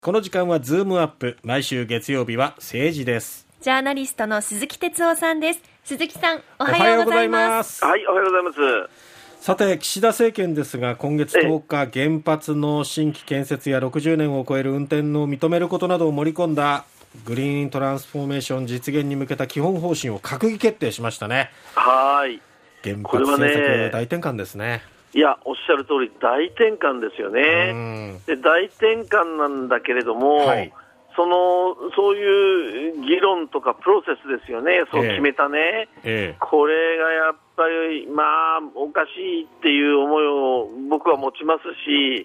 この時間はズームアップ。毎週月曜日は政治です。 ジャーナリストの鈴木哲夫さんです。鈴木さん、おはようございます。 はい、おはようございます。 さて、岸田政権ですが、今月10日、原発の新規建設や60年を超える運転を認めることなどを盛り込んだグリーントランスフォーメーション実現に向けた基本方針を閣議決定しましたね。 はい。 原発政策、大転換ですね。 いや、おっしゃる通り大転換ですよね。で、大転換なんだけれども、はい、そういう議論とかプロセスですよね。そう決めたね、これがやっぱりおかしいっていう思いを僕は持ちますし、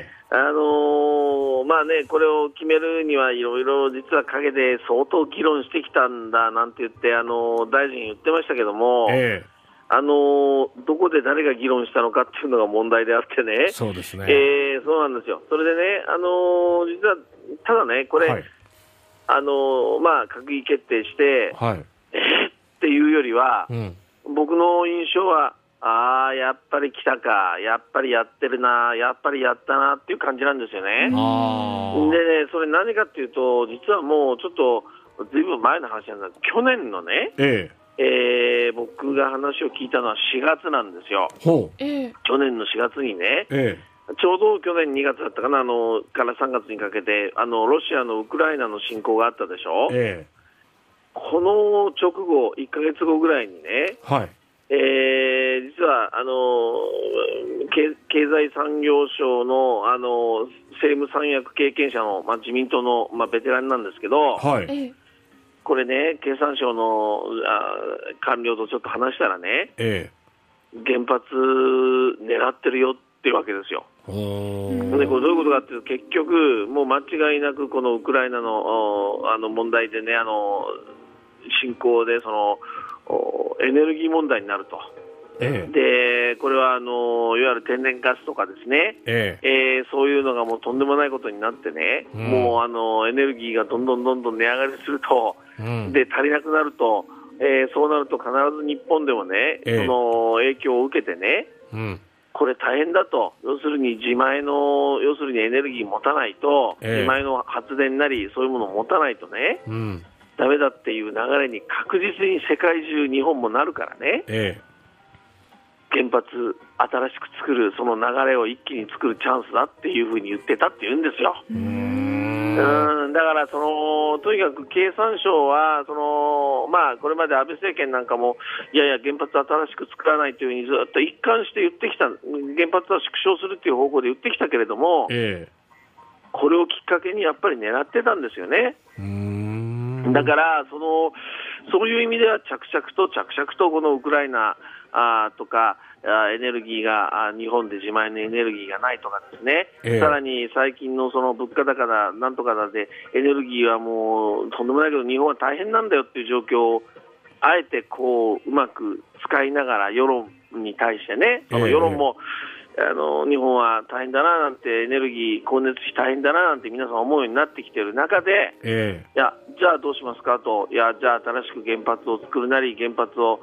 これを決めるにはいろいろ実は陰で相当議論してきたんだなんて言って大臣言ってましたけども、どこで誰が議論したのかっていうのが問題であってね。 そうですね。 そうなんですよ。それでね、実はただね、これ、はい、閣議決定して、はい、っていうよりは、僕の印象はやっぱり来たか、やっぱりやってるな、やっぱりやったなっていう感じなんですよね。でね、それ何かっていうと、実はもうちょっとずいぶん前の話なんだけど、去年のね、僕が話を聞いたのは4月なんですよ。去年の4月にね、ちょうど去年2月だったかな、から3月にかけてロシアのウクライナの侵攻があったでしょ。この直後1ヶ月後ぐらいにね、実は経済産業省の政務三役経験者の、自民党の、ベテランなんですけど、これね、経産省の官僚とちょっと話したらね、原発狙ってるよっていうわけですよ。でこれどういうことかっていうと、結局もう間違いなくこのウクライナの問題でね、侵攻でエネルギー問題になると。でこれはいわゆる天然ガスとかですね、そういうのがもうとんでもないことになってね、もうエネルギーがどんどん値上がりすると、で足りなくなると、そうなると必ず日本でもね、その影響を受けてね、これ大変だと。要するに自前のエネルギー持たないと、自前の発電なりそういうものを持たないとね、ダメだっていう流れに確実に世界中日本もなるからね、原発新しく作るその流れを一気に作るチャンスだっていうふうに言ってたって言うんですよ。だからとにかく経産省はこれまで安倍政権なんかもいやいや原発新しく作らないというふうにずっと一貫して言ってきた。原発は縮小するという方向で言ってきたけれども、これをきっかけにやっぱり狙ってたんですよね。だからそういう意味では着々とこのウクライナとかエネルギーが日本で自前のエネルギーがないとかですね、さらに最近の物価高だなんとかだでエネルギーはもうとんでもないけど日本は大変なんだよっていう状況をあえてうまく使いながら世論に対してね、世論も日本は大変だななんて、エネルギー光熱費大変だななんて皆さん思うようになってきている中で、いやじゃあどうしますかと、じゃあ新しく原発を作るなり原発を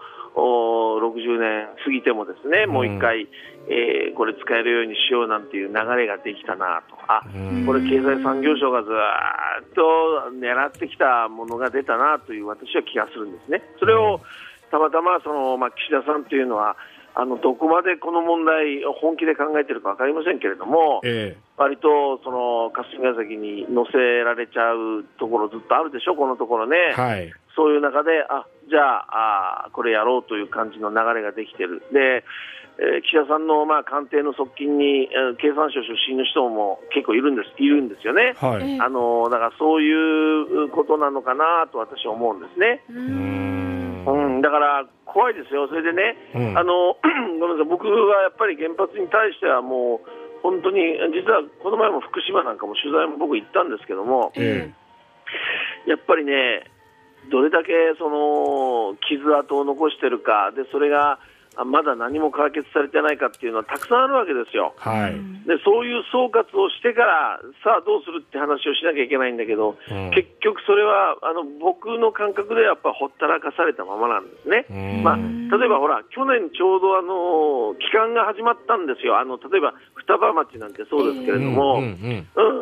60年過ぎてもですね、もう一回、これ使えるようにしようなんていう流れができたなと。これ経済産業省がずっと狙ってきたものが出たなという私は気がするんですね。それをたまたま岸田さんというのはどこまでこの問題を本気で考えているか分かりませんけれども、割と霞が関に乗せられちゃうところずっとあるでしょ、このところね。そういう中でじゃあこれやろうという感じの流れができている。で岸田さんの官邸の側近に経産省出身の人も結構いるんですよね。だからそういうことなのかなと私は思うんですね。だから怖いですよ。それでね、ごめんなさい、僕はやっぱり原発に対してはもう本当に、実はこの前も福島なんかも取材も僕行ったんですけども、やっぱりね、どれだけ傷跡を残しているかで、それがまだ何も解決されてないかっていうのはたくさんあるわけですよ。でそういう総括をしてからさあどうするって話をしなきゃいけないんだけど、結局それは僕の感覚でやっぱほったらかされたままなんですね。例えばほら去年ちょうど期間が始まったんですよ。例えば双葉町なんてそうですけれども、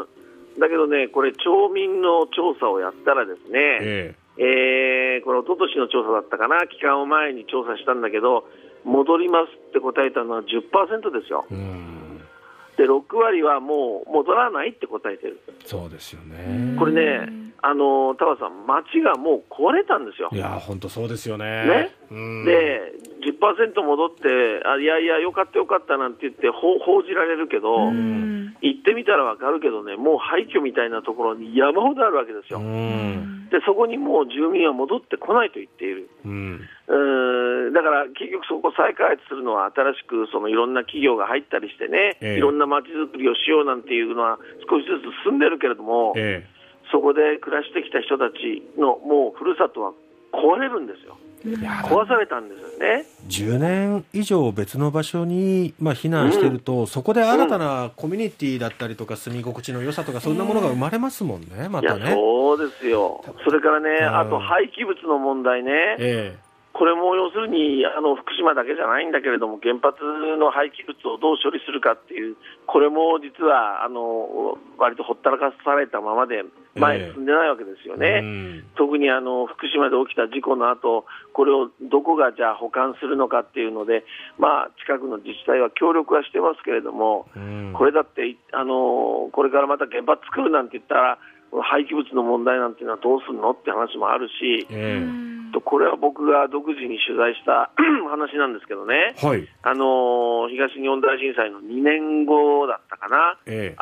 だけどね、これ町民の調査をやったらですね、これ一昨年の調査だったかな、期間を前に調査したんだけど、戻りますって答えたのは 10% ですよ。で6割はもう戻らないって答えてる。 そうですよね。 これね、田川さん、街がもう壊れたんですよ。 いや本当そうですよね。 で 10% 戻って、いやいやよかったよかったなんて言って報じられるけど、行ってみたらわかるけどね、もう廃墟みたいなところに山ほどあるわけですよ。でそこにもう住民は戻ってこないと言っている。だから結局そこを再開発するのは、新しくいろんな企業が入ったりしてね、いろんな街づくりをしようなんていうのは少しずつ進んでるけれども、そこで暮らしてきた人たちのもうふるさとは壊れるんですよ。壊されたんですよね。 10年以上別の場所に、避難してると、そこで新たなコミュニティだったりとか、住み心地の良さとか、そんなものが生まれますもんね、またね。 いやそうですよ。それからね、あと廃棄物の問題ね、これも要するに福島だけじゃないんだけれども、原発の廃棄物をどう処理するかっていう、これも実は割とほったらかされたままで前に進んでないわけですよね。特に福島で起きた事故の後、これをどこがじゃあ保管するのかっていうので、近くの自治体は協力はしてますけれども、これだってこれからまた原発作るなんて言ったら、廃棄物の問題なんていうのはどうするのって話もあるし、これは僕が独自に取材した話なんですけどね、東日本大震災の2年後だったかな、研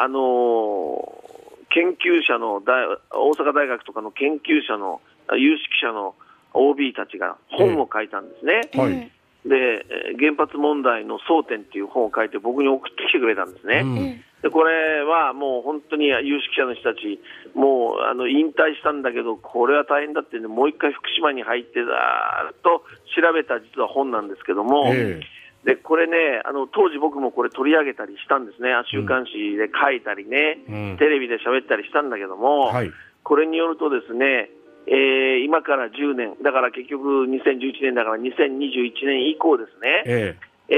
究者の大阪大学とかの研究者の有識者の OB たちが本を書いたんですね。で原発問題の争点っていう本を書いて僕に送ってきてくれたんですね。でこれはもう本当に有識者の人たち、もう引退したんだけどこれは大変だってんで、もう一回福島に入ってだと調べた実は本なんですけども、でこれね、当時僕もこれ取り上げたりしたんですね。週刊誌で書いたりね、テレビで喋ったりしたんだけども、これによるとですね、今から10年だから結局2011年だから2021年以降ですね、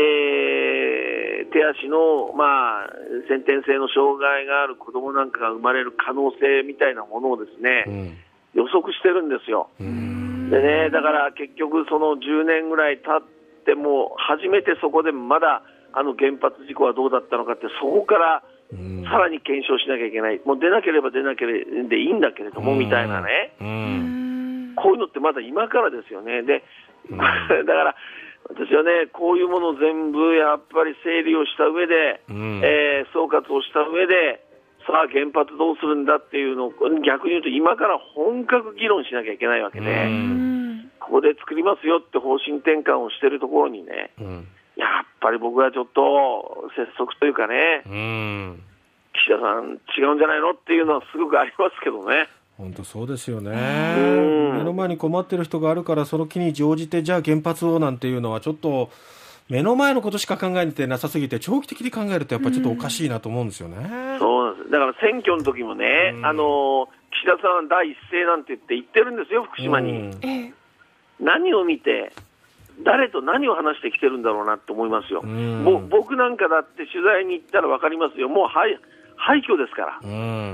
手足の、先天性の障害がある子どもなんかが生まれる可能性みたいなものをですね、予測してるんですよ。でね、だから結局その10年ぐらい経っても初めてそこでまだ原発事故はどうだったのかって、そこからさらに検証しなきゃいけない。もう出なければ出なければでいいんだけれどもみたいなね、こういうのってまだ今からですよね。でだから私はね、こういうものを全部やっぱり整理をした上で、総括をした上で、さあ原発どうするんだっていうのを逆に言うと今から本格議論しなきゃいけないわけで、ここで作りますよって方針転換をしているところにね、やっぱり僕はちょっと拙速というかね、岸田さん違うんじゃないのっていうのはすごくありますけどね。 本当そうですよね。目の前に困ってる人があるから、その気に乗じてじゃあ原発をなんていうのはちょっと目の前のことしか考えてなさすぎて、長期的に考えるとやっぱりちょっとおかしいなと思うんですよね。 そうなんです。だから選挙の時もね、岸田さんは第一声なんて言ってるんですよ、福島に。何を見て誰と何を話してきてるんだろうなと思いますよ。僕なんかだって取材に行ったら分かりますよ。もう廃墟ですから。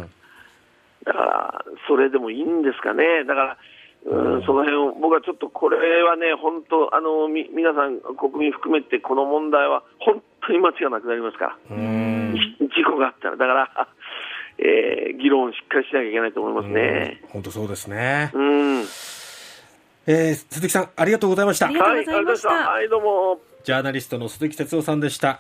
だからそれでもいいんですかね。だからその辺を僕はちょっとこれはね、本当皆さん国民含めてこの問題は本当に街がなくなりますから、事故があったら。だから議論をしっかりしなきゃいけないと思いますね。 本当そうですね。鈴木さんありがとうございました。 ありがとうございました。 はい、どうも。 ジャーナリストの鈴木哲夫さんでした。